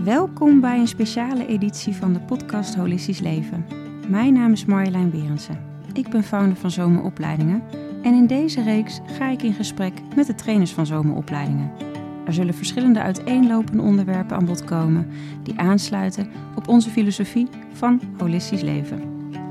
Welkom bij een speciale editie van de podcast Holistisch Leven. Mijn naam is Marjolein Berendsen. Ik ben founder van Zomeropleidingen en in deze reeks ga ik in gesprek met de trainers van Zomeropleidingen. Er zullen verschillende uiteenlopende onderwerpen aan bod komen die aansluiten op onze filosofie van holistisch leven.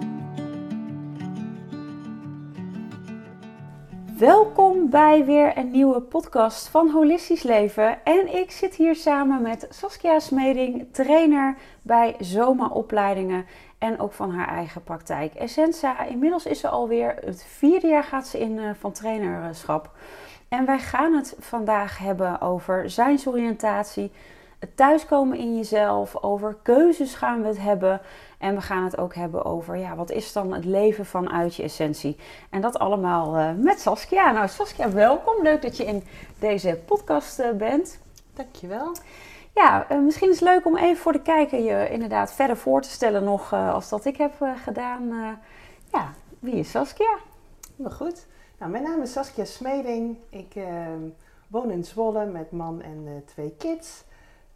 Welkom bij weer een nieuwe podcast van Holistisch Leven. En ik zit hier samen met Saskia Smeding, trainer bij Zomeropleidingen en ook van haar eigen praktijk Essenza. Inmiddels is ze alweer het 4e jaar gaat ze in van trainerschap. En wij gaan het vandaag hebben over zijnsoriëntatie, het thuiskomen in jezelf, over keuzes gaan we het hebben. En we gaan het ook hebben over, wat is dan het leven vanuit je essentie? En dat allemaal met Saskia. Nou Saskia, welkom. Leuk dat je in deze podcast bent. Dankjewel. Ja, misschien is het leuk om even voor de kijker je inderdaad verder voor te stellen nog als dat ik heb gedaan. Wie is Saskia? Maar goed. Nou, mijn naam is Saskia Smeding. Ik woon in Zwolle met man en 2 kids.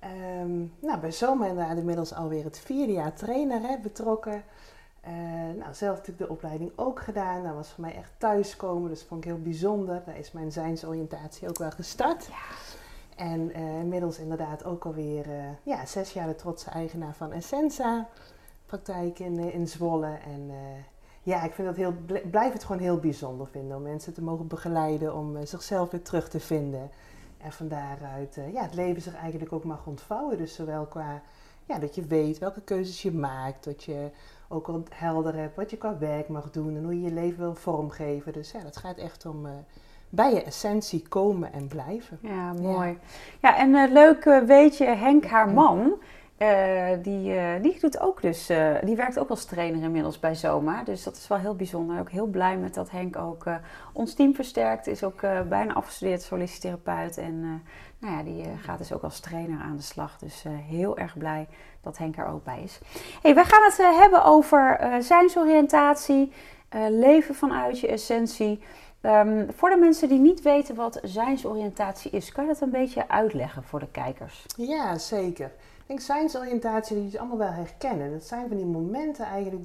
Bij Zoma inmiddels alweer het 4e jaar trainer betrokken. Zelf natuurlijk de opleiding ook gedaan. Dat was voor mij echt thuiskomen, dus dat vond ik heel bijzonder. Daar is mijn zijnsoriëntatie ook wel gestart. Ja. En inmiddels inderdaad ook alweer 6 jaar de trotse eigenaar van Essenza. Praktijk in Zwolle. En ik vind blijf het gewoon heel bijzonder vinden om mensen te mogen begeleiden om zichzelf weer terug te vinden. En van daaruit het leven zich eigenlijk ook mag ontvouwen. Dus zowel qua dat je weet welke keuzes je maakt. Dat je ook wel helder hebt wat je qua werk mag doen. En hoe je je leven wil vormgeven. Dus dat gaat echt om bij je essentie komen en blijven. Ja, mooi. Ja, en leuk weet je, Henk, haar man, die doet ook die werkt ook als trainer inmiddels bij Zoma. Dus dat is wel heel bijzonder. Ook heel blij met dat Henk ook ons team versterkt. Is ook bijna afgestudeerd holistisch therapeut. En die gaat dus ook als trainer aan de slag. Dus heel erg blij dat Henk er ook bij is. Hey, wij gaan het hebben over zijnsoriëntatie, leven vanuit je essentie. Voor de mensen die niet weten wat zijnsoriëntatie is, kan je dat een beetje uitleggen voor de kijkers? Ja, zeker. Ik denk zijnsoriëntatie, dat je het allemaal wel herkennen. Dat zijn van die momenten eigenlijk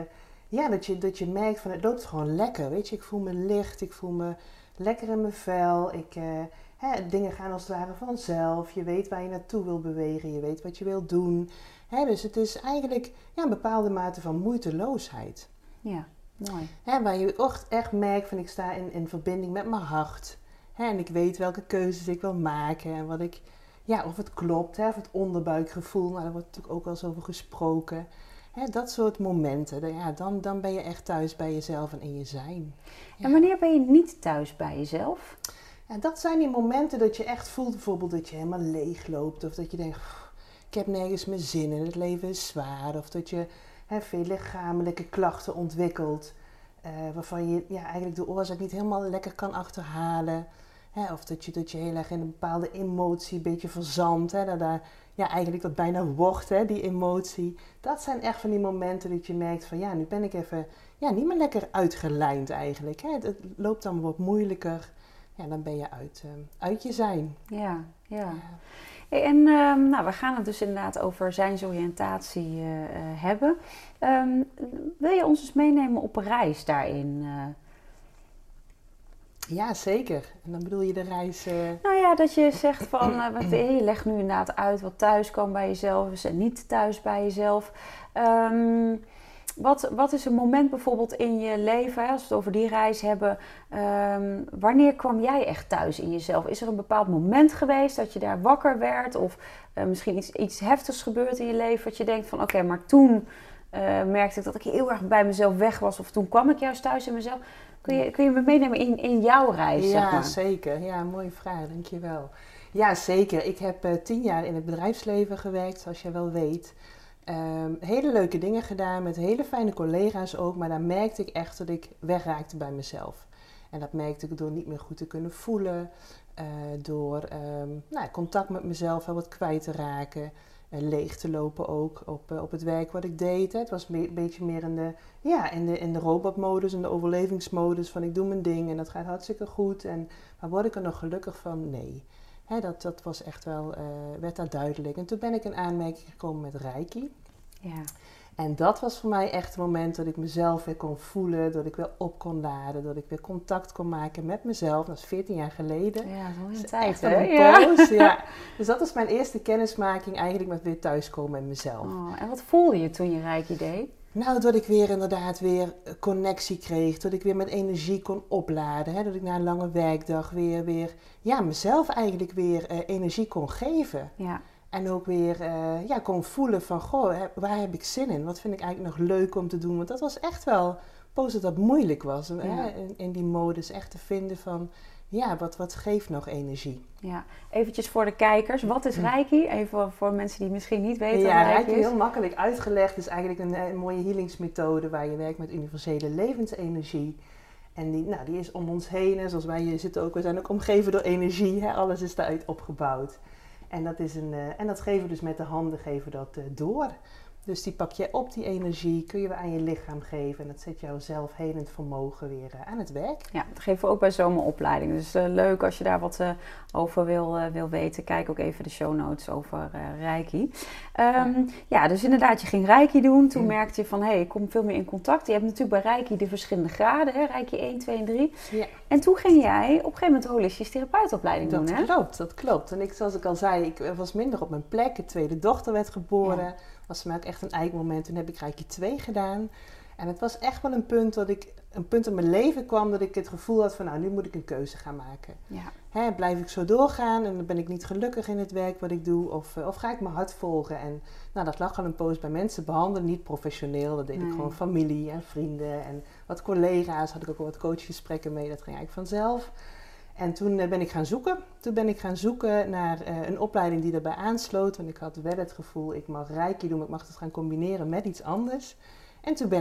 dat je merkt van het loopt gewoon lekker. Weet je, ik voel me licht, ik voel me lekker in mijn vel. Dingen gaan als het ware vanzelf. Je weet waar je naartoe wil bewegen, je weet wat je wil doen. Dus het is eigenlijk een bepaalde mate van moeiteloosheid. Ja. Mooi. Waar je echt merkt van ik sta in verbinding met mijn hart. En ik weet welke keuzes ik wil maken. En wat ik, of het klopt. Of het onderbuikgevoel. Daar wordt natuurlijk ook wel eens over gesproken. Dat soort momenten. Dan ben je echt thuis bij jezelf en in je zijn. Ja. En wanneer ben je niet thuis bij jezelf? Dat zijn die momenten dat je echt voelt bijvoorbeeld dat je helemaal leeg loopt. Of dat je denkt, ik heb nergens meer zin in. Het leven is zwaar. Of dat je veel lichamelijke klachten ontwikkelt. Waarvan je eigenlijk de oorzaak niet helemaal lekker kan achterhalen. Of dat je heel erg in een bepaalde emotie een beetje verzandt. Eigenlijk dat bijna wordt, die emotie. Dat zijn echt van die momenten dat je merkt van nu ben ik even niet meer lekker uitgelijnd eigenlijk. Het loopt dan wat moeilijker. Dan ben je uit je zijn. Ja. Hey, en we gaan het dus inderdaad over zijnsoriëntatie hebben. Wil je ons eens meenemen op een reis daarin? Ja, zeker. En dan bedoel je de reis... dat je zegt van... je legt nu inderdaad uit wat thuis kan bij jezelf is en niet thuis bij jezelf. Wat is een moment bijvoorbeeld in je leven, als we het over die reis hebben, wanneer kwam jij echt thuis in jezelf? Is er een bepaald moment geweest dat je daar wakker werd? Of misschien iets heftigs gebeurd in je leven wat je denkt van oké, maar toen merkte ik dat ik heel erg bij mezelf weg was. Of toen kwam ik juist thuis in mezelf. Kun je me meenemen in jouw reis? Ja, zeg maar? Zeker. Ja, mooie vraag, dankjewel. Ja, zeker. Ik heb 10 jaar in het bedrijfsleven gewerkt, zoals jij wel weet. Hele leuke dingen gedaan, met hele fijne collega's ook, maar daar merkte ik echt dat ik wegraakte bij mezelf. En dat merkte ik door niet meer goed te kunnen voelen, door contact met mezelf wat kwijt te raken, leeg te lopen ook op het werk wat ik deed. Het was een beetje meer in de robotmodus, in de overlevingsmodus van ik doe mijn ding en dat gaat hartstikke goed. Maar word ik er nog gelukkig van? Nee. Dat was echt wel, werd daar duidelijk. En toen ben ik in aanmerking gekomen met Reiki. Ja. En dat was voor mij echt het moment dat ik mezelf weer kon voelen, dat ik weer op kon laden, dat ik weer contact kon maken met mezelf. Dat is 14 jaar geleden. Ja, dat is al een Dus tijd, echt hè? een poos, ja. Dus dat is mijn eerste kennismaking eigenlijk met weer thuiskomen met mezelf. Oh, en wat voelde je toen je Reiki deed? Nou, dat ik weer inderdaad weer connectie kreeg, dat ik weer met energie kon opladen. Hè? Dat ik na een lange werkdag weer mezelf eigenlijk weer energie kon geven. Ja. En ook weer kon voelen van, goh, waar heb ik zin in? Wat vind ik eigenlijk nog leuk om te doen? Want dat was echt wel, poos dat moeilijk was. Ja. Hè? In die modus echt te vinden van, wat geeft nog energie? Ja, eventjes voor de kijkers. Wat is Reiki? Even voor mensen die misschien niet weten wat Reiki is. Heel makkelijk uitgelegd. Het is eigenlijk een mooie healingsmethode waar je werkt met universele levensenergie. En die is om ons heen. Zoals wij hier zitten we zijn ook omgeven door energie. Hè? Alles is daaruit opgebouwd. En dat geven we dus met de handen door. Dus die pak je op, die energie, kun je weer aan je lichaam geven. En dat zet jouw zelfhelend vermogen weer aan het werk. Ja, dat geven we ook bij zomeropleiding. Dus leuk als je daar wat over wil weten. Kijk ook even de show notes over Reiki. Dus inderdaad, je ging Reiki doen. Toen merkte je van, ik kom veel meer in contact. Je hebt natuurlijk bij Reiki de verschillende graden. Hè? Reiki 1, 2 en 3. Ja. En toen ging jij op een gegeven moment holistisch therapeutopleiding doen, hè? Dat klopt. En zoals ik al zei, ik was minder op mijn plek. Een tweede dochter werd geboren. Ja. Was voor mij ook echt een eikmoment. Toen heb ik Reiki 2 gedaan. En het was echt wel een punt in mijn leven kwam dat ik het gevoel had van, nu moet ik een keuze gaan maken. Ja. Blijf ik zo doorgaan en dan ben ik niet gelukkig in het werk wat ik doe? Of ga ik mijn hart volgen? En dat lag al een poos bij mensen behandelen, niet professioneel. Dat deed ik gewoon familie en vrienden en wat collega's. Had ik ook al wat coachgesprekken mee, dat ging eigenlijk vanzelf. En toen ben ik gaan zoeken. Toen ben ik gaan zoeken naar een opleiding die daarbij aansloot. Want ik had wel het gevoel, ik mag Reiki doen, maar ik mag het gaan combineren met iets anders. En toen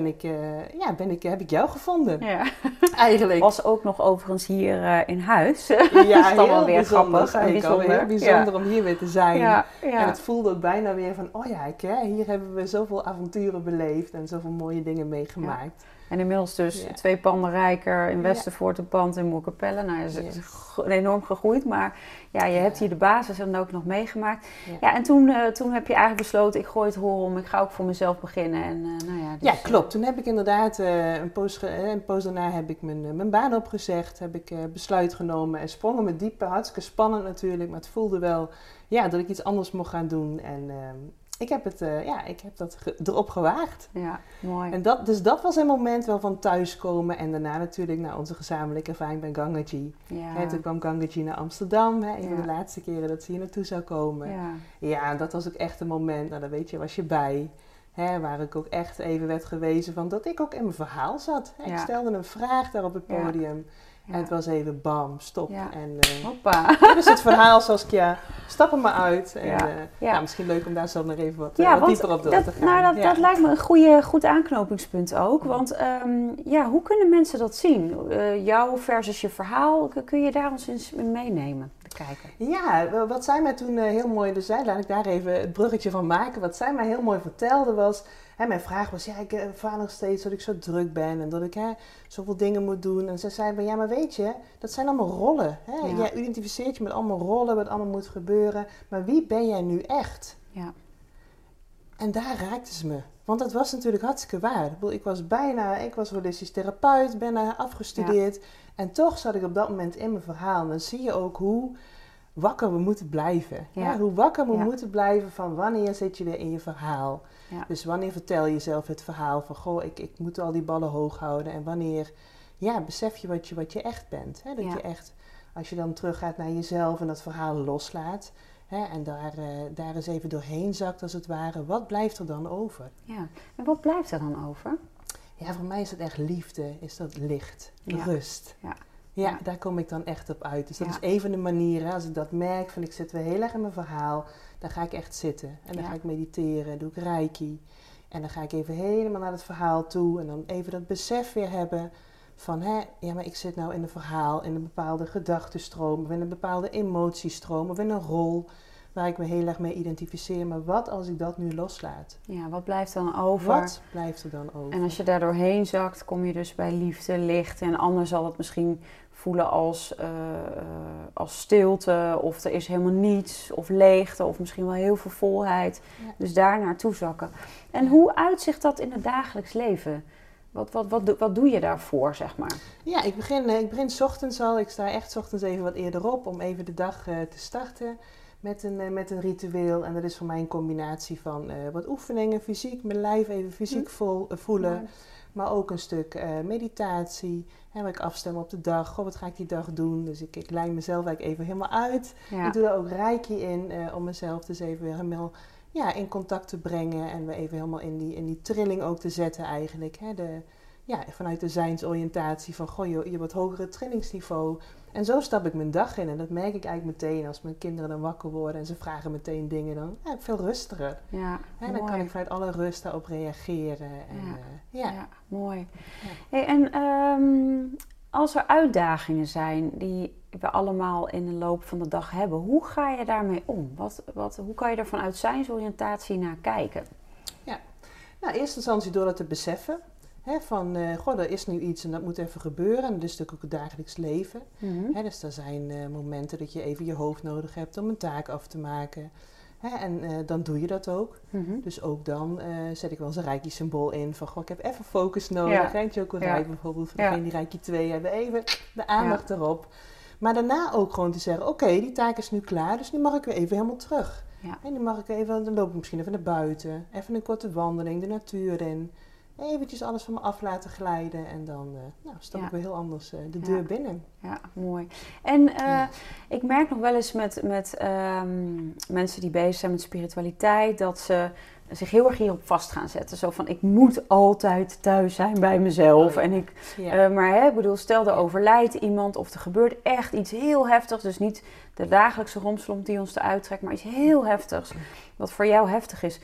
heb ik jou gevonden. Ja. Eigenlijk. Was ook nog overigens hier in huis. Ja, dat is dan wel weer bijzonder. grappig. Heel bijzonder om hier weer te zijn. Ja. En het voelde ook bijna weer van, hier hebben we zoveel avonturen beleefd en zoveel mooie dingen meegemaakt. Ja. En inmiddels dus 2 panden rijker in Westervoort, een pand in Moerkapelle. Nou, is enorm gegroeid, maar je hebt hier de basis en ook nog meegemaakt. Ja, en toen heb je eigenlijk besloten, ik gooi het horen om, ik ga ook voor mezelf beginnen. En, ja, klopt. Toen heb ik inderdaad, een poos daarna heb ik mijn baan opgezegd, heb ik besluit genomen en sprongen me diep. Hartstikke spannend natuurlijk, maar het voelde wel dat ik iets anders mocht gaan doen. En ik heb dat erop gewaagd. Ja, mooi. En dat was een moment wel van thuiskomen. En daarna natuurlijk onze gezamenlijke ervaring bij Gangaji. Ja. Toen kwam Gangaji naar Amsterdam. Een van de laatste keren dat ze hier naartoe zou komen. Ja, en dat was ook echt een moment. Nou, dan weet je, was je bij. Waar ik ook echt even werd gewezen van dat ik ook in mijn verhaal zat. Ik stelde een vraag daar op het podium. Ja. En het was even bam, stop. Ja. En hoppa. Dat is het verhaal, Saskia. Stap er maar uit. En, misschien leuk om daar zo nog even wat dieper op door te gaan. Dat lijkt me een goed aanknopingspunt ook. Want hoe kunnen mensen dat zien? Jou versus je verhaal. Kun je daar ons eens in meenemen? Kijken. Ja, wat zij mij toen heel mooi, dus laat ik daar even het bruggetje van maken. Wat zij mij heel mooi vertelde was, mijn vraag was, ik ervaar nog steeds dat ik zo druk ben en dat ik zoveel dingen moet doen. En ze zei, maar weet je, dat zijn allemaal rollen. Ja. Jij identificeert je met allemaal rollen, wat allemaal moet gebeuren. Maar wie ben jij nu echt? Ja. En daar raakte ze me. Want dat was natuurlijk hartstikke waar. Ik was holistisch therapeut, ben afgestudeerd. Ja. En toch zat ik op dat moment in mijn verhaal. En dan zie je ook hoe wakker we moeten blijven. Ja. Hoe wakker we moeten blijven van wanneer zit je weer in je verhaal. Ja. Dus wanneer vertel je jezelf het verhaal van, ik moet al die ballen hoog houden. En wanneer besef je wat je echt bent. Hè? Dat je echt, als je dan teruggaat naar jezelf en dat verhaal loslaat. En daar eens even doorheen zakt als het ware. Wat blijft er dan over? Ja, en wat blijft er dan over? Ja, voor mij is het echt liefde, is dat licht, rust. Ja. Ja, daar kom ik dan echt op uit. Dus dat is een van de manieren, als ik dat merk, van ik zit weer heel erg in mijn verhaal, dan ga ik echt zitten. En dan ga ik mediteren, doe ik reiki. En dan ga ik even helemaal naar het verhaal toe en dan even dat besef weer hebben van, maar ik zit nou in een verhaal, in een bepaalde gedachtenstroom, of in een bepaalde emotiestroom, of in een rol, waar ik me heel erg mee identificeer. Maar wat als ik dat nu loslaat? Ja, wat blijft dan over? Wat blijft er dan over? En als je daar doorheen zakt, kom je dus bij liefde, licht. En ander zal het misschien voelen als stilte. Of er is helemaal niets. Of leegte. Of misschien wel heel veel volheid. Ja. Dus daar naartoe zakken. En hoe uitzicht dat in het dagelijks leven? Wat doe je daarvoor, zeg maar? Ja, ik begin 's ochtends al. Ik sta echt 's ochtends even wat eerder op om even de dag te starten met een ritueel. En dat is voor mij een combinatie van wat oefeningen, fysiek, mijn lijf even fysiek voelen. Ja. Maar ook een stuk meditatie, waar ik afstem op de dag. Goh, wat ga ik die dag doen? Dus ik lijn mezelf eigenlijk even helemaal uit. Ja. Ik doe er ook reiki in om mezelf dus even weer helemaal in contact te brengen. En we even helemaal in die trilling ook te zetten eigenlijk. Hè? Vanuit de zijnsoriëntatie van, goh, je wat hogere trillingsniveau. En zo stap ik mijn dag in. En dat merk ik eigenlijk meteen als mijn kinderen dan wakker worden en ze vragen meteen dingen. Dan ben ik veel rustiger. Ja, dan kan ik vanuit alle rust daarop reageren. En, mooi. Ja. Hey, en als er uitdagingen zijn die we allemaal in de loop van de dag hebben, hoe ga je daarmee om? Hoe kan je er vanuit zijnsoriëntatie naar kijken? Ja, nou, in eerste instantie door dat te beseffen. Er is nu iets en dat moet even gebeuren. En dat is natuurlijk ook het dagelijks leven. Mm-hmm. Dus er zijn momenten dat je even je hoofd nodig hebt om een taak af te maken. En dan doe je dat ook. Mm-hmm. Dus ook dan zet ik wel eens een Reiki-symbool in. Van, ik heb even focus nodig. Ja. Chocolade bijvoorbeeld, voor degene die Reiki 2 hebben. Even de aandacht erop. Maar daarna ook gewoon te zeggen, oké, die taak is nu klaar. Dus nu mag ik weer even helemaal terug. Ja. En nu mag ik even, dan loop ik misschien even naar buiten. Even een korte wandeling, de natuur in. Eventjes alles van me af laten glijden en dan stap ik weer heel anders de deur binnen. Ja, mooi. En ik merk nog wel eens met mensen die bezig zijn met spiritualiteit, dat ze zich heel erg hierop vast gaan zetten. Zo van, ik moet altijd thuis zijn bij mezelf. En ik bedoel, stel er overlijdt iemand of er gebeurt echt iets heel heftigs. Dus niet de dagelijkse romslomp die ons eruit trekt, maar iets heel heftigs. Wat voor jou heftig is.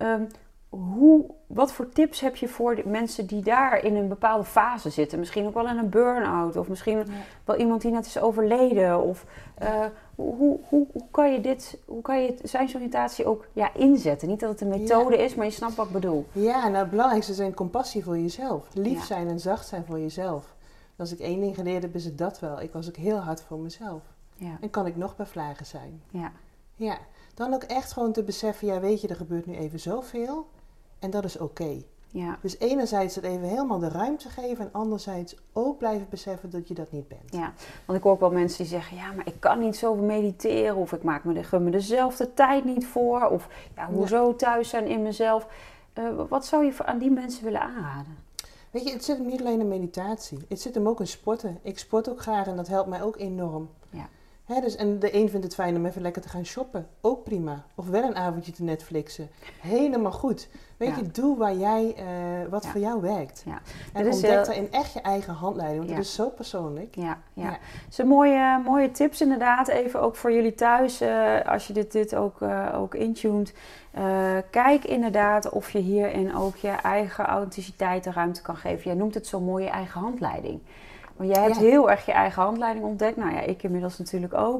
Wat voor tips heb je voor de mensen die daar in een bepaalde fase zitten? Misschien ook wel in een burn-out of misschien wel iemand die net is overleden. Of hoe kan je zijnsoriëntatie ook inzetten? Niet dat het een methode is, maar je snapt wat ik bedoel. Ja, nou het belangrijkste is compassie voor jezelf. Lief zijn en zacht zijn voor jezelf. Als ik één ding geleerd heb, is het dat wel. Ik was ook heel hard voor mezelf. Ja. En kan ik nog bij vlagen zijn. Ja. Dan ook echt gewoon te beseffen, weet je, er gebeurt nu even zoveel. En dat is oké. Ja. Dus enerzijds het even helemaal de ruimte geven en anderzijds ook blijven beseffen dat je dat niet bent. Ja, want ik hoor ook wel mensen die zeggen, maar ik kan niet zo mediteren of ik gun me dezelfde tijd niet voor. Of hoezo thuis zijn in mezelf. Wat zou je aan die mensen willen aanraden? Weet je, het zit hem niet alleen in meditatie. Het zit hem ook in sporten. Ik sport ook graag en dat helpt mij ook enorm. Ja. En de een vindt het fijn om even lekker te gaan shoppen. Ook prima. Of wel een avondje te Netflixen. Helemaal goed. Weet je, doe waar jij, wat voor jou werkt. Ja. En ontdek daarin echt je eigen handleiding. Want het is zo persoonlijk. Ja. Dat zijn mooie tips inderdaad. Even ook voor jullie thuis. Als je dit ook intuned. Kijk inderdaad of je hierin ook je eigen authenticiteit de ruimte kan geven. Jij noemt het zo mooi je eigen handleiding. Want jij hebt heel erg je eigen handleiding ontdekt. Nou ja, ik inmiddels natuurlijk ook.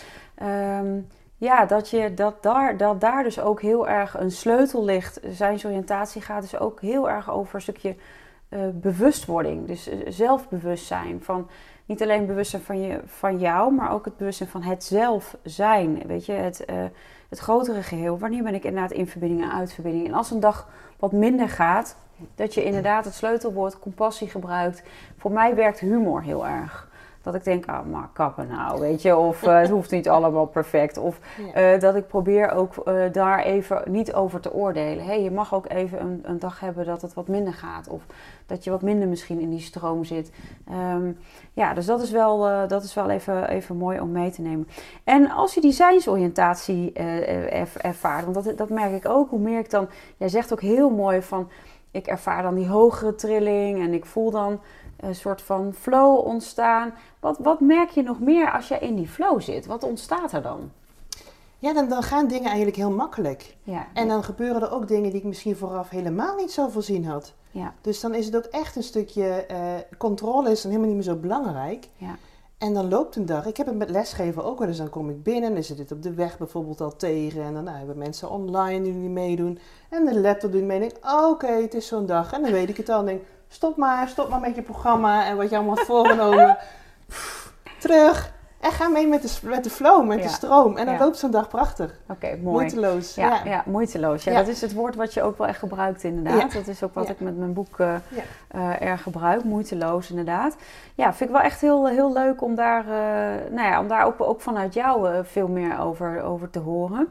Dat daar dus ook heel erg een sleutel ligt. Zijnsoriëntatie gaat dus ook heel erg over een stukje bewustwording. Dus zelfbewustzijn. Van niet alleen bewustzijn van jou, maar ook het bewustzijn van het zelf zijn. Weet je, het grotere geheel. Wanneer ben ik inderdaad in verbinding en uitverbinding? En als een dag wat minder gaat, dat je inderdaad het sleutelwoord compassie gebruikt. Voor mij werkt humor heel erg. Dat ik denk, maar kappen nou, weet je. Of het hoeft niet allemaal perfect. Of dat ik probeer ook daar even niet over te oordelen. Je mag ook even een dag hebben dat het wat minder gaat. Of dat je wat minder misschien in die stroom zit. Dus dat is wel even mooi om mee te nemen. En als je die zijnsoriëntatie ervaart, want dat merk ik ook. Hoe meer ik dan, jij zegt ook heel mooi van, ik ervaar dan die hogere trilling en ik voel dan een soort van flow ontstaan. Wat merk je nog meer als jij in die flow zit? Wat ontstaat er dan? Ja, dan gaan dingen eigenlijk heel makkelijk. Ja, en dan gebeuren er ook dingen die ik misschien vooraf helemaal niet zo voorzien had. Ja. Dus dan is het ook echt een stukje controle is dan helemaal niet meer zo belangrijk. Ja. En dan loopt een dag. Ik heb het met lesgeven ook wel eens. Dan kom ik binnen en is dit op de weg bijvoorbeeld al tegen. En dan hebben mensen online die niet meedoen. En de laptop doet mee. En ik denk, oké, het is zo'n dag. En dan weet ik het al. En denk, stop maar met je programma. En wat je allemaal had voorgenomen. Terug. En ga mee met de flow, met de stroom. En dan loopt zo'n dag prachtig. Oké, mooi. Moeiteloos. Ja, moeiteloos. Ja, dat is het woord wat je ook wel echt gebruikt inderdaad. Ja. Dat is ook wat ik met mijn boek erg gebruik. Moeiteloos inderdaad. Ja, vind ik wel echt heel, heel leuk om daar, om daar ook vanuit jou veel meer over te horen.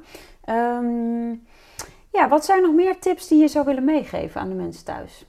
Wat zijn nog meer tips die je zou willen meegeven aan de mensen thuis?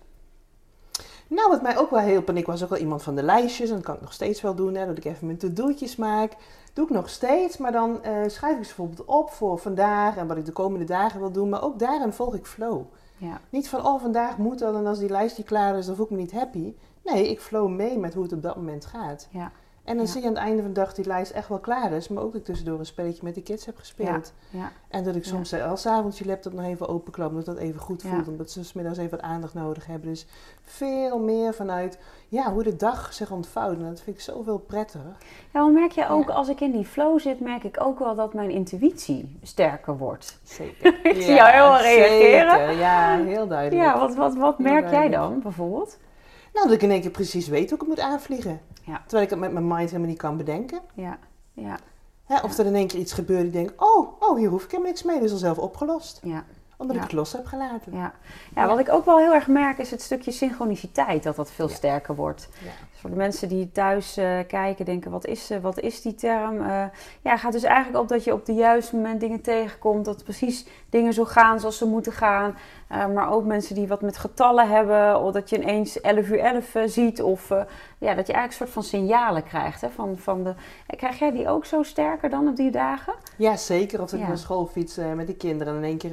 Nou, wat mij ook wel hielp, en ik was ook wel iemand van de lijstjes, en dat kan ik nog steeds wel doen, dat ik even mijn to-do'tjes maak. Doe ik nog steeds, maar dan schrijf ik ze bijvoorbeeld op voor vandaag en wat ik de komende dagen wil doen, maar ook daarin volg ik flow. Ja. Niet van, vandaag moet dat en als die lijst niet klaar is, dan voel ik me niet happy. Nee, ik flow mee met hoe het op dat moment gaat. Ja. En dan zie je aan het einde van de dag die lijst echt wel klaar is, maar ook dat ik tussendoor een spelletje met de kids heb gespeeld. Ja. Ja. En dat ik soms als 's avonds je laptop nog even openklap, dat dat even goed voelt, omdat ze 's middags even wat aandacht nodig hebben. Dus veel meer vanuit hoe de dag zich ontvouwt. En dat vind ik zoveel prettiger. Ja, maar merk je ook, als ik in die flow zit, merk ik ook wel dat mijn intuïtie sterker wordt. Zeker. Ik zie jou heel erg reageren. Zeker. Ja, heel duidelijk. Ja, wat merk jij dan bijvoorbeeld? Nou, dat ik in één keer precies weet hoe ik het moet aanvliegen. Ja. Terwijl ik het met mijn mind helemaal niet kan bedenken. Ja. Of er in één keer iets gebeurt die denk, hier hoef ik helemaal niks mee. Dat is al zelf opgelost. Ja. Omdat ik het los heb gelaten. Ja, wat ik ook wel heel erg merk is het stukje synchroniciteit. Dat veel sterker wordt. Ja. Dus voor de mensen die thuis kijken denken, wat is die term? Gaat dus eigenlijk op dat je op de juiste moment dingen tegenkomt. Dat precies dingen zo gaan zoals ze moeten gaan. Maar ook mensen die wat met getallen hebben. Of dat je ineens 11 uur 11 ziet. Of dat je eigenlijk een soort van signalen krijgt. Hè, krijg jij die ook zo sterker dan op die dagen? Ja, zeker. Of ik naar school fiets met die kinderen en in één keer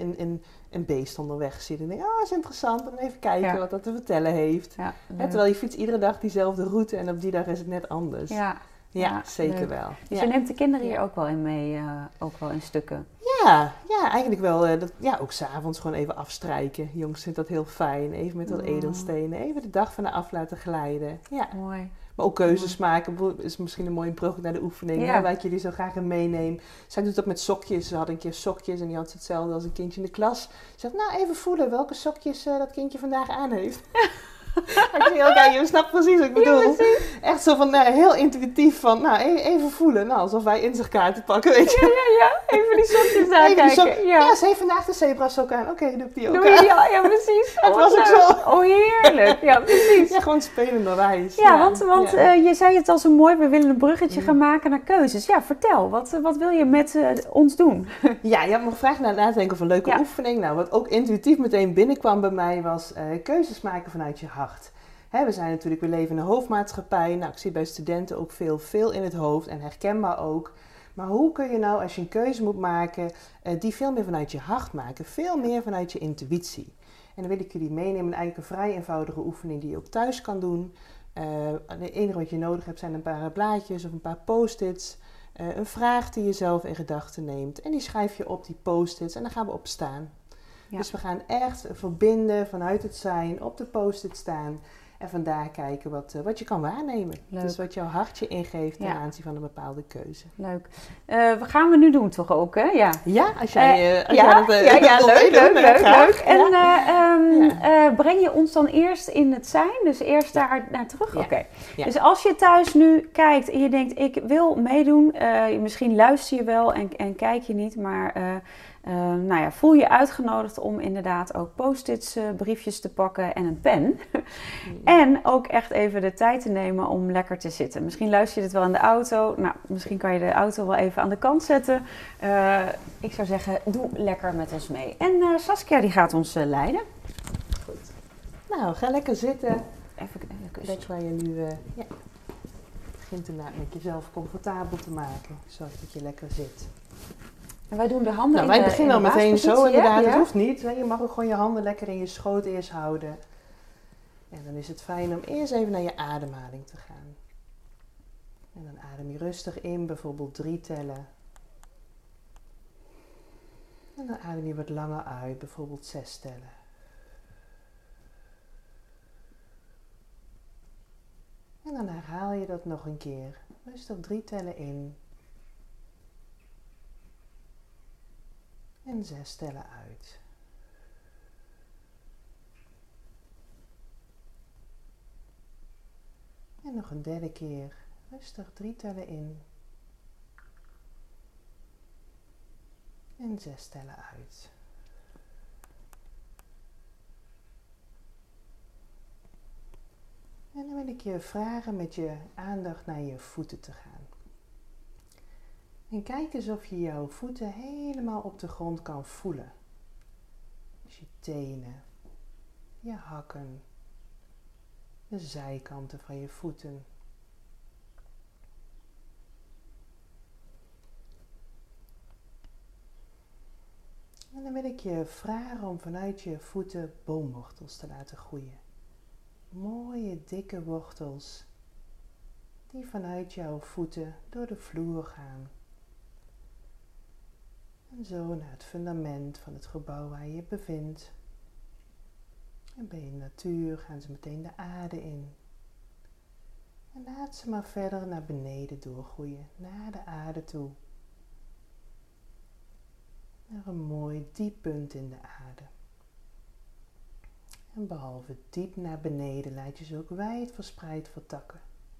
een beest onderweg zie. Dan denk ik, dat is interessant. En even kijken wat dat te vertellen heeft. Ja, terwijl je fietst iedere dag diezelfde route en op die dag is het net anders. Ja, zeker leuk. Wel. Dus je neemt de kinderen hier ook wel in mee, ook wel in stukken? Ja, eigenlijk wel. Ook 's avonds gewoon even afstrijken. Jongens vindt dat heel fijn. Even met wat edelstenen. Even de dag van de af laten glijden. Ja. Mooi. Maar ook keuzes maken is misschien een mooie brug naar de oefening. Waar ik jullie zo graag in meeneem. Zij doet dat met sokjes. Ze had een keer sokjes en die had hetzelfde als een kindje in de klas. Ze zegt, even voelen welke sokjes dat kindje vandaag aan heeft. Je snapt precies wat ik bedoel. Ja, echt zo van heel intuïtief van, even voelen. Alsof wij inzichtkaarten pakken, weet je. Ja. Even die sokjes aankijken. Ja, ze heeft vandaag de zebra sok aan. Oké, doe ik die ook aan. Ja, precies. Het was ook zo. Oh, heerlijk. Ja, precies. Ja, gewoon spelenderwijs. Ja, want je zei het al zo mooi, we willen een bruggetje gaan maken naar keuzes. Ja, vertel, wat wil je met ons doen? Ja, je hebt me gevraagd naar het nadenken over een leuke oefening. Nou, wat ook intuïtief meteen binnenkwam bij mij was keuzes maken vanuit je hart. We leven in een hoofdmaatschappij. Nou, ik zie bij studenten ook veel in het hoofd en herkenbaar ook. Maar hoe kun je nou, als je een keuze moet maken, die veel meer vanuit je hart maken? Veel meer vanuit je intuïtie. En dan wil ik jullie meenemen, eigenlijk een vrij eenvoudige oefening die je ook thuis kan doen. Het enige wat je nodig hebt zijn een paar blaadjes of een paar post-its. Een vraag die je zelf in gedachten neemt. En die schrijf je op die post-its en dan gaan we op staan. Ja. Dus we gaan echt verbinden vanuit het zijn, op de post-it staan. En vandaar kijken wat je kan waarnemen. Leuk. Dus wat jouw hartje ingeeft ten aanzien van een bepaalde keuze. Leuk. Wat gaan we nu doen toch ook, hè? Ja, als jij leuk. En breng je ons dan eerst in het zijn? Dus eerst daar naar terug? Ja. Oké. Ja. Dus als je thuis nu kijkt en je denkt, ik wil meedoen. Misschien luister je wel en kijk je niet, maar... voel je uitgenodigd om inderdaad ook post-its, briefjes te pakken en een pen. En ook echt even de tijd te nemen om lekker te zitten. Misschien luister je dit wel in de auto. Nou, misschien kan je de auto wel even aan de kant zetten. Ik zou zeggen, doe lekker met ons mee. En Saskia die gaat ons leiden. Goed. Nou, ga lekker zitten. Even kussen. Plek waar je nu begint inderdaad met jezelf comfortabel te maken. Zorg dat je lekker zit. En wij doen de handen wij beginnen al meteen zo inderdaad. Het hoeft niet. Je mag ook gewoon je handen lekker in je schoot eerst houden. En dan is het fijn om eerst even naar je ademhaling te gaan. En dan adem je rustig in, bijvoorbeeld 3 tellen. En dan adem je wat langer uit, bijvoorbeeld 6 tellen. En daarna herhaal je dat nog een keer. Rustig 3 tellen in. En 6 tellen uit. En nog een derde keer. Rustig 3 tellen in. En 6 tellen uit. En dan wil ik je vragen met je aandacht naar je voeten te gaan. En kijk eens of je jouw voeten helemaal op de grond kan voelen. Dus je tenen, je hakken, de zijkanten van je voeten. En dan wil ik je vragen om vanuit je voeten boomwortels te laten groeien. Mooie dikke wortels die vanuit jouw voeten door de vloer gaan. En zo naar het fundament van het gebouw waar je je bevindt. En bij de natuur gaan ze meteen de aarde in. En laat ze maar verder naar beneden doorgroeien, naar de aarde toe. Naar een mooi diep punt in de aarde. En behalve diep naar beneden laat je ze ook wijd verspreid vertakken.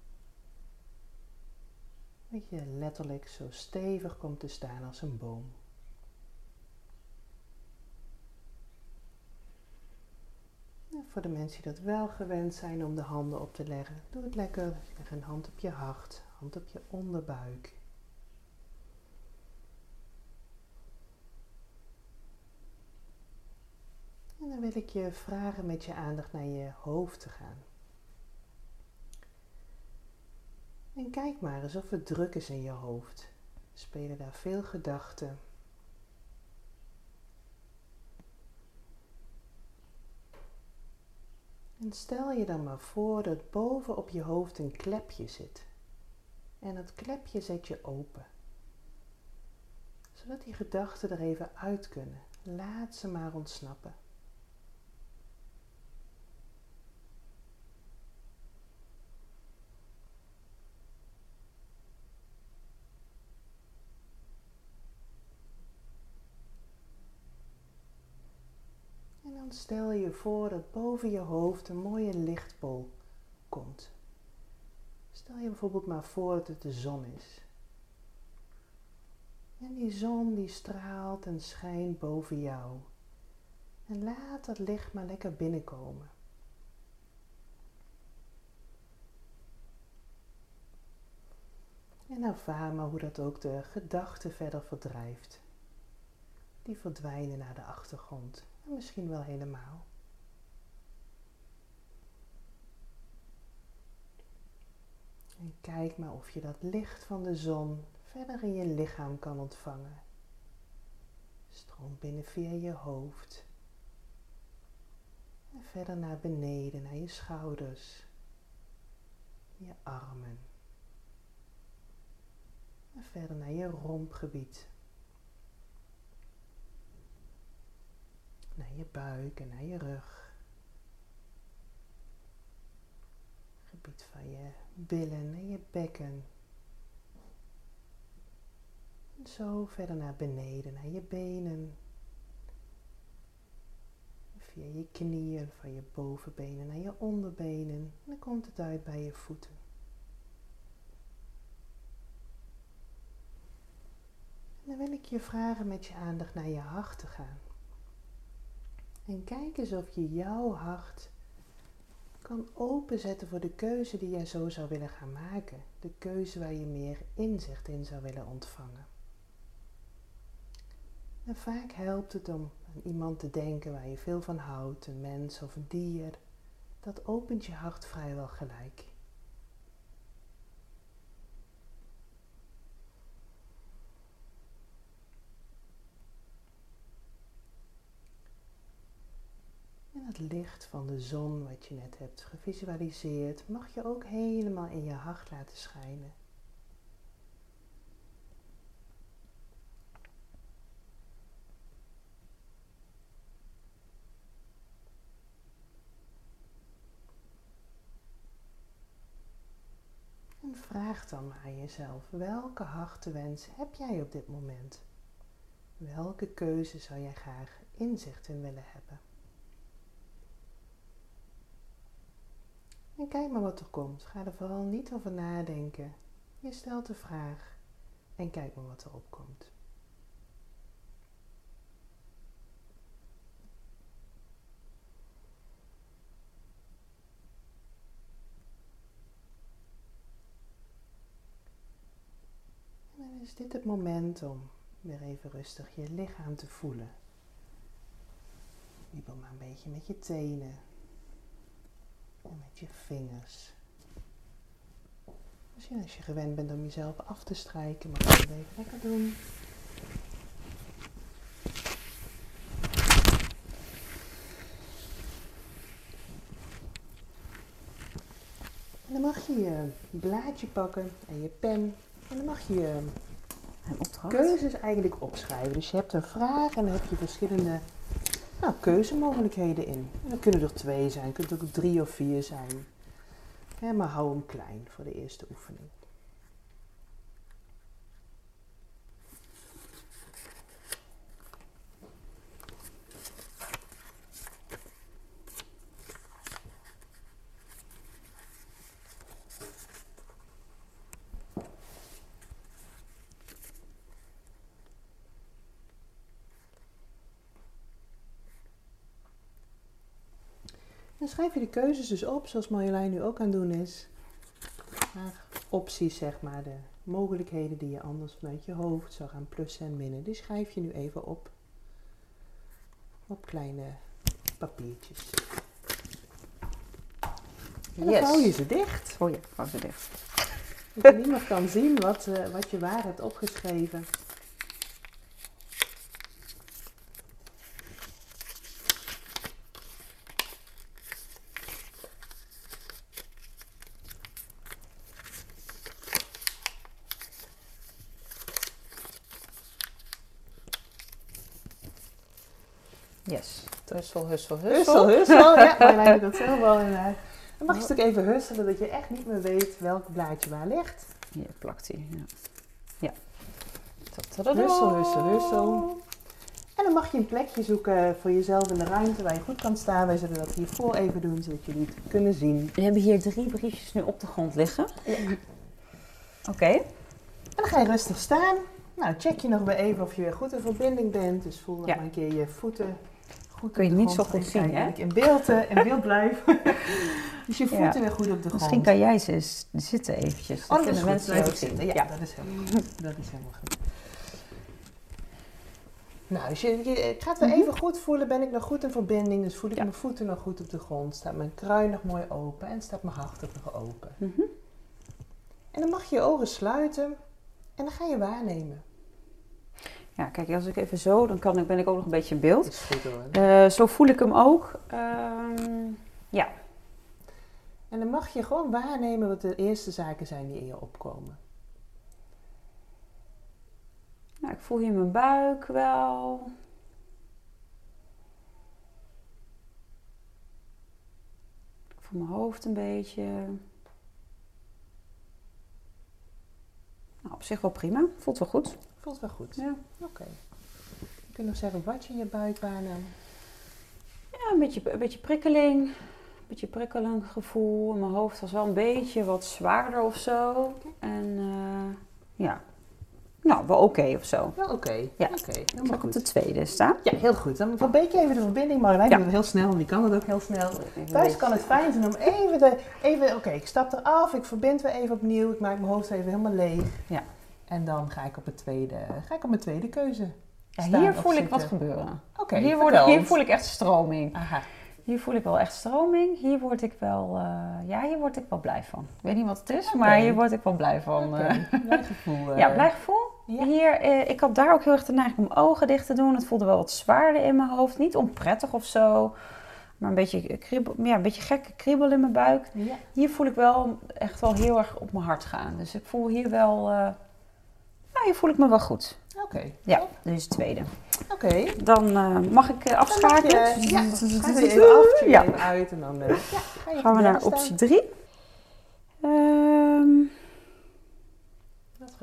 Dat je letterlijk zo stevig komt te staan als een boom. En voor de mensen die dat wel gewend zijn om de handen op te leggen, doe het lekker. Leg een hand op je hart, hand op je onderbuik. En dan wil ik je vragen met je aandacht naar je hoofd te gaan. En kijk maar eens of het druk is in je hoofd. Spelen daar veel gedachten? En stel je dan maar voor dat boven op je hoofd een klepje zit. En dat klepje zet je open. Zodat die gedachten er even uit kunnen. Laat ze maar ontsnappen. En dan stel je voor dat boven je hoofd een mooie lichtbol komt. Stel je bijvoorbeeld maar voor dat het de zon is. En die zon die straalt en schijnt boven jou. En laat dat licht maar lekker binnenkomen. En ervaar maar hoe dat ook de gedachten verder verdrijft. Die verdwijnen naar de achtergrond. En misschien wel helemaal. En kijk maar of je dat licht van de zon verder in je lichaam kan ontvangen. Stroom binnen via je hoofd. En verder naar beneden, naar je schouders. Je armen. En verder naar je rompgebied. Naar je buik en naar je rug. Gebied van je billen en je bekken. En zo verder naar beneden, naar je benen. Via je knieën, van je bovenbenen naar je onderbenen. En dan komt het uit bij je voeten. En dan wil ik je vragen met je aandacht naar je hart te gaan. En kijk eens of je jouw hart kan openzetten voor de keuze die jij zo zou willen gaan maken. De keuze waar je meer inzicht in zou willen ontvangen. En vaak helpt het om aan iemand te denken waar je veel van houdt, een mens of een dier. Dat opent je hart vrijwel gelijk. En het licht van de zon wat je net hebt gevisualiseerd, mag je ook helemaal in je hart laten schijnen. vraag dan maar aan jezelf, welke hartenwens heb jij op dit moment? Welke keuze zou jij graag inzicht in willen hebben? En kijk maar wat er komt. Ga er vooral niet over nadenken. Je stelt de vraag en kijk maar wat erop komt. En dan is dit het moment om weer even rustig je lichaam te voelen. Wiebel maar een beetje met je tenen en met je vingers. Misschien als je gewend bent om jezelf af te strijken, mag je dat even lekker doen. En dan mag je je blaadje pakken en je pen. En dan mag je je keuzes eigenlijk opschrijven. Dus je hebt een vraag en dan heb je verschillende keuzemogelijkheden in. En dat kunnen er 2 zijn, het kunnen er ook 3 of 4 zijn. Ja, maar hou hem klein voor de eerste oefening. Dan schrijf je de keuzes dus op, zoals Marjolein nu ook aan het doen is. Maar opties, zeg maar, de mogelijkheden die je anders vanuit je hoofd zou gaan plussen en minnen. Die schrijf je nu even op kleine papiertjes. En dan vouw je ze dicht. Oh ja, vouw ze dicht. Dat niemand kan zien wat je waar hebt opgeschreven. Yes. Hussel. Hussel. Ja, Marjolein doet dat zelf wel inderdaad. Dan mag je stuk even husselen, dat je echt niet meer weet welk blaadje waar ligt. Hier plakt hij. Ja. Hussel. En dan mag je een plekje zoeken voor jezelf in de ruimte waar je goed kan staan. Wij zullen dat hiervoor even doen, zodat jullie het kunnen zien. We hebben hier 3 briefjes nu op de grond liggen. Ja. Oké. En dan ga je rustig staan. Nou, check je nog weer even of je weer goed in verbinding bent. Dus voel nog maar een keer je voeten goed. Kun je niet zo goed zien, hè? Ik in beeld blijf. Dus je voeten weer goed op de grond. Misschien kan jij ze eens zitten eventjes. Dat kunnen mensen ook zitten. Ja, dat is helemaal goed. Nou, dus je gaat weer even goed voelen. Ben ik nog goed in verbinding? Dus voel ik mijn voeten nog goed op de grond? Staat mijn kruin nog mooi open? En staat mijn hart ook nog open? En dan mag je je ogen sluiten. En dan ga je waarnemen. Ja, kijk, als ik even zo, dan ben ik ook nog een beetje in beeld. Dat is goed hoor. Zo voel ik hem ook. Ja. En dan mag je gewoon waarnemen wat de eerste zaken zijn die in je opkomen. Nou, ik voel hier mijn buik wel. Ik voel mijn hoofd een beetje. Nou, op zich wel prima. Voelt wel goed. Voelt wel goed? Ja. Oké. Je kunt nog zeggen wat je in je buik waarneemt. Ja, een beetje prikkeling. Een beetje prikkelend gevoel. Mijn hoofd was wel een beetje wat zwaarder of zo. En ja, nou, wel oké of zo. Wel oké. Ja. Helemaal Zal ik goed. op de tweede staan? Ja, heel goed. Dan verbeek je even de verbinding. Marjolein doet het heel snel, want die kan het ook heel snel. Thuis kan het fijn zijn om even oké, ik stap eraf, ik verbind weer even opnieuw. Ik maak mijn hoofd even helemaal leeg. Ja. En dan ga ik op mijn tweede keuze staan. Ja, hier of voel ik zitten. wat gebeuren. Oké, hier voel ik echt stroming. Aha. Hier voel ik wel echt stroming. Hier word ik wel, hier word ik wel blij van. Ik weet niet wat het is, maar hier word ik wel blij van. Blij gevoel. Ja, blij gevoel. Ja. Hier, ik had daar ook heel erg de neiging om mijn ogen dicht te doen. Het voelde wel wat zwaarder in mijn hoofd. Niet onprettig of zo, maar een beetje gekke kriebel in mijn buik. Ja. Hier voel ik wel echt wel heel erg op mijn hart gaan. Dus ik voel hier wel, hier voel ik me wel goed. Oké. Ja, dit is het tweede. Oké. Dan mag ik afschakelen. Schakel je even af, check je even uit en dan ga je gaan we naar staan. optie 3.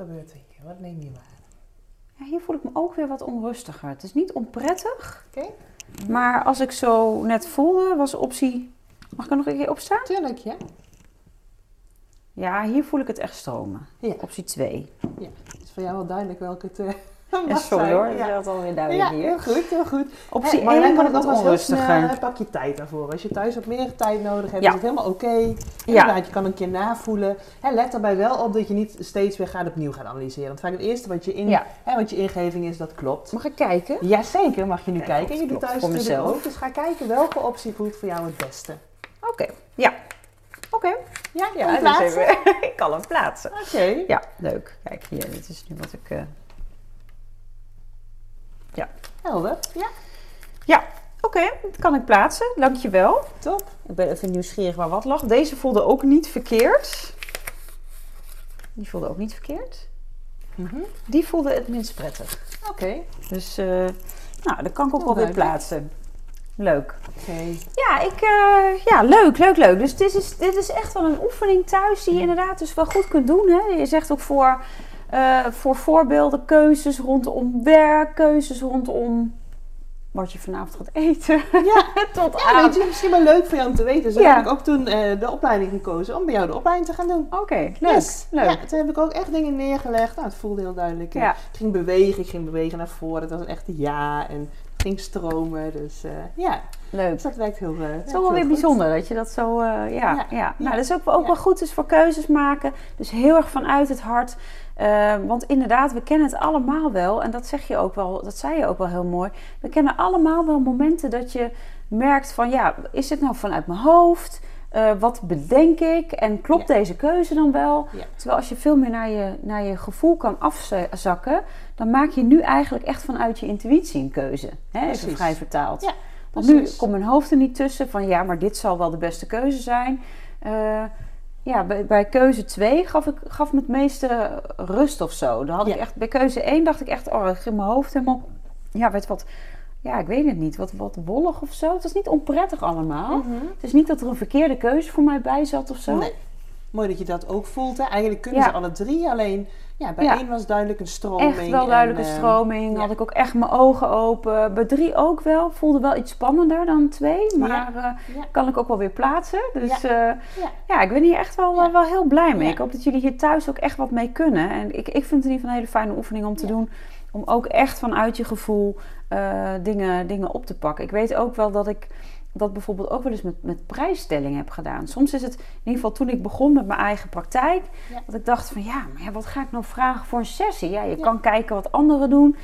gebeurt er hier? Wat neem je waar? Ja, hier voel ik me ook weer wat onrustiger. Het is niet onprettig. Oké. Maar als ik zo net voelde, was optie... Mag ik er nog een keer opstaan? Tuurlijk, ja. Ja, hier voel ik het echt stromen. Ja. Optie 2. Ja, het is voor jou wel duidelijk welke het Ja, sorry hoor, dat is altijd alweer duidelijk ja, hier. heel goed, heel goed. Optie maar 1 dan kan wordt het wat nog wel eens heel onrustiger. snel, pak je tijd daarvoor. Als je thuis wat meer tijd nodig hebt, Ja. is het helemaal oké. Ja. Inderdaad, je kan een keer navoelen. Let daarbij wel op dat je niet steeds weer opnieuw gaat analyseren. Want vaak het eerste wat je ingeving is, dat klopt. Mag ik kijken? Jazeker, mag je nu kijken. of Je het doet klopt thuis voor natuurlijk mezelf. ook. Dus ga kijken welke optie voelt voor jou het beste. Oké, ja. Oké. Ja, Ja, kan je dus plaatsen? even, ik kan hem plaatsen. Oké. Ja, leuk. Kijk, hier, dit is nu wat ik... Helder. Ja, Ja, oké, dat kan ik plaatsen. Dankjewel. top. Ik ben even nieuwsgierig waar wat lag. Deze voelde ook niet verkeerd. Die voelde ook niet verkeerd. Mhm. Die voelde het minst prettig. Oké. Dus, nou, dat kan ik ook Heel wel weer duidelijk. plaatsen. Leuk. Oké. Ja, leuk. Dus dit is echt wel een oefening thuis die je inderdaad dus wel goed kunt doen. Hè? Je zegt ook voor voorbeelden, keuzes rondom werk, keuzes rondom wat je vanavond gaat eten. Ja, Tot ja, aan. weet je, misschien wel leuk voor jou om te weten. Zo Ja. heb ik ook toen de opleiding gekozen om bij jou de opleiding te gaan doen. Oké, leuk. Yes. Leuk. Ja, toen heb ik ook echt dingen neergelegd. Nou, het voelde heel duidelijk. Ja. Ik ging bewegen naar voren. Het was een echte ja. En het ging stromen. Dus ja, Leuk. dus dat werkt heel Het is ook wel weer bijzonder dat je dat zo, ja. Nou, dat is ook wel goed dus voor keuzes maken. Dus heel erg vanuit het hart. Want inderdaad, we kennen het allemaal wel. En dat zeg je ook wel, dat zei je ook wel heel mooi. We kennen allemaal wel momenten dat je merkt van, ja, is dit nou vanuit mijn hoofd? Wat bedenk ik? En klopt deze keuze dan wel? Ja. Terwijl als je veel meer naar je gevoel kan afzakken, dan maak je nu eigenlijk echt vanuit je intuïtie een keuze. Hè? Even Precies. vrij vertaald. Ja. Want nu Precies. komt mijn hoofd er niet tussen van ja, maar dit zal wel de beste keuze zijn. Bij keuze 2 gaf me het meeste rust of zo. Dan had ik echt, bij keuze 1 dacht ik echt, ik ging mijn hoofd helemaal, weet wat, ik weet het niet, wat wollig of zo. Het was niet onprettig allemaal. Mhm. Het is niet dat er een verkeerde keuze voor mij bij zat of zo. Nee. Mooi dat je dat ook voelt. Hè? Eigenlijk kunnen ze alle drie. Alleen bij één was duidelijk een stroming. Echt wel duidelijk een stroming. Had ik ook echt mijn ogen open. Bij 3 ook wel. Voelde wel iets spannender dan 2. Maar kan ik ook wel weer plaatsen. Dus ik ben hier echt wel heel blij mee. Ja. Ik hoop dat jullie hier thuis ook echt wat mee kunnen. En ik vind het in ieder geval een hele fijne oefening om te doen. Om ook echt vanuit je gevoel dingen op te pakken. Ik weet ook wel dat ik dat bijvoorbeeld ook wel eens met prijsstelling heb gedaan. Soms is het, in ieder geval toen ik begon met mijn eigen praktijk, dat ik dacht van maar wat ga ik nou vragen voor een sessie? Ja, je kan kijken wat anderen doen.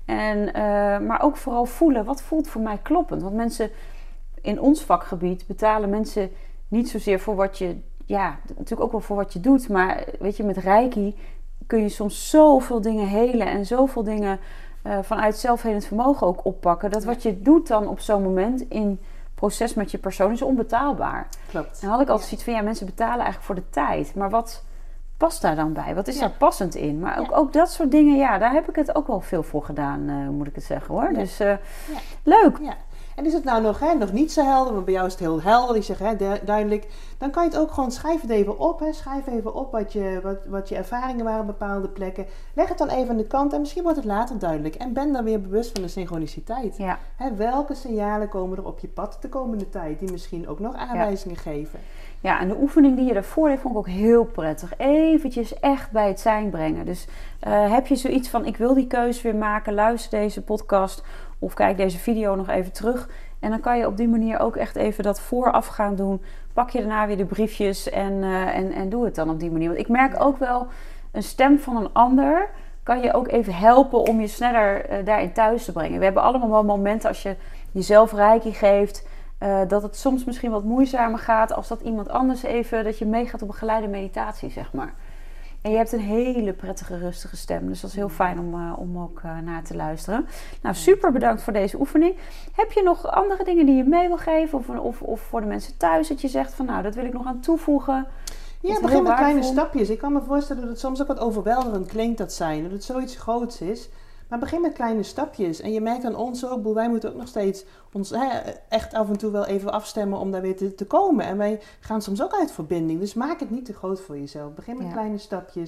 Maar ook vooral voelen, wat voelt voor mij kloppend? Want mensen in ons vakgebied betalen mensen niet zozeer voor wat je, natuurlijk ook wel voor wat je doet. Maar weet je, met Reiki kun je soms zoveel dingen helen en zoveel dingen vanuit zelfhelend vermogen ook oppakken. Dat wat je doet dan op zo'n moment in proces met je persoon is onbetaalbaar. Klopt. En had ik altijd zoiets van, mensen betalen eigenlijk voor de tijd. Maar wat past daar dan bij? Wat is daar passend in? Maar ook dat soort dingen, daar heb ik het ook wel veel voor gedaan, moet ik het zeggen hoor. Ja. Dus leuk. Ja. En is het nou nog niet zo helder, maar bij jou is het heel helder, je zegt duidelijk, dan kan je het ook gewoon, schrijf het even op. Schrijf even op wat je ervaringen waren op bepaalde plekken. Leg het dan even aan de kant en misschien wordt het later duidelijk. En ben dan weer bewust van de synchroniciteit. Ja. Welke signalen komen er op je pad de komende tijd, die misschien ook nog aanwijzingen geven. Ja, en de oefening die je daarvoor deed, vond ik ook heel prettig. Eventjes echt bij het zijn brengen. Dus heb je zoiets van, ik wil die keuze weer maken, luister deze podcast of kijk deze video nog even terug. En dan kan je op die manier ook echt even dat vooraf gaan doen. Pak je daarna weer de briefjes en doe het dan op die manier. Want ik merk ook wel, een stem van een ander kan je ook even helpen om je sneller daarin thuis te brengen. We hebben allemaal wel momenten als je jezelf reiki geeft, dat het soms misschien wat moeizamer gaat als dat iemand anders even, dat je meegaat op een geleide meditatie, zeg maar. En je hebt een hele prettige, rustige stem. Dus dat is heel fijn om ook naar te luisteren. Nou, super bedankt voor deze oefening. Heb je nog andere dingen die je mee wil geven? Of voor de mensen thuis dat je zegt van, nou, dat wil ik nog aan toevoegen. Ja, begin met kleine stapjes. Ik kan me voorstellen dat het soms ook wat overweldigend klinkt dat zijn. Dat het zoiets groots is. Maar begin met kleine stapjes. En je merkt aan ons ook, wij moeten ook nog steeds ons echt af en toe wel even afstemmen om daar weer te komen. En wij gaan soms ook uit verbinding. Dus maak het niet te groot voor jezelf. Begin met kleine stapjes.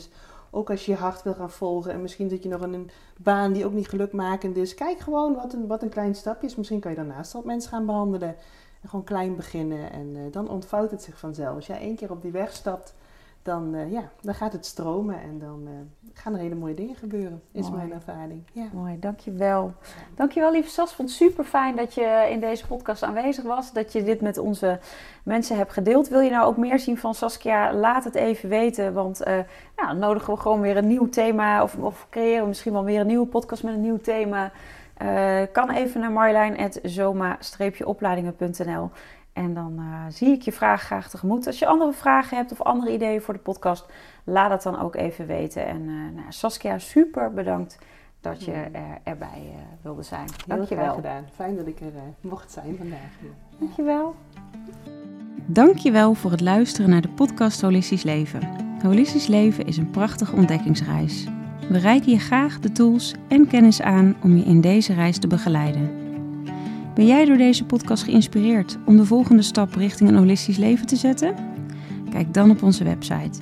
Ook als je je hart wil gaan volgen en misschien zit je nog in een baan die ook niet gelukmakend is. Kijk gewoon wat een klein stapje is. Misschien kan je daarnaast al mensen gaan behandelen. En gewoon klein beginnen en dan ontvouwt het zich vanzelf. Als jij 1 keer op die weg stapt, dan gaat het stromen en dan gaan er hele mooie dingen gebeuren, is mijn ervaring. Ja. Mooi, dankjewel. Dankjewel lieve Sas, vond het super fijn dat je in deze podcast aanwezig was. Dat je dit met onze mensen hebt gedeeld. Wil je nou ook meer zien van Saskia? Laat het even weten, want dan nodigen we gewoon weer een nieuw thema of creëren we misschien wel weer een nieuwe podcast met een nieuw thema. Kan even naar marjolein@zoma-opleidingen.nl en dan zie ik je vraag graag tegemoet. Als je andere vragen hebt of andere ideeën voor de podcast, laat het dan ook even weten. En Saskia, super bedankt dat je erbij wilde zijn. Dankjewel. Heel graag gedaan. Fijn dat ik er mocht zijn vandaag. Ja. Dankjewel. Dankjewel voor het luisteren naar de podcast Holistisch Leven. Holistisch Leven is een prachtige ontdekkingsreis. We reiken je graag de tools en kennis aan om je in deze reis te begeleiden. Ben jij door deze podcast geïnspireerd om de volgende stap richting een holistisch leven te zetten? Kijk dan op onze website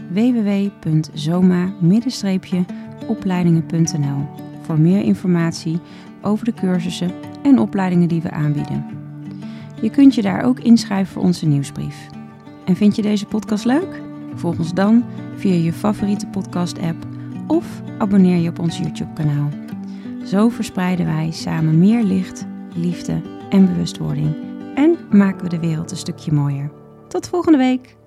www.zoma-opleidingen.nl voor meer informatie over de cursussen en opleidingen die we aanbieden. Je kunt je daar ook inschrijven voor onze nieuwsbrief. En vind je deze podcast leuk? Volg ons dan via je favoriete podcast-app of abonneer je op ons YouTube-kanaal. Zo verspreiden wij samen meer licht, liefde en bewustwording en maken we de wereld een stukje mooier. Tot volgende week!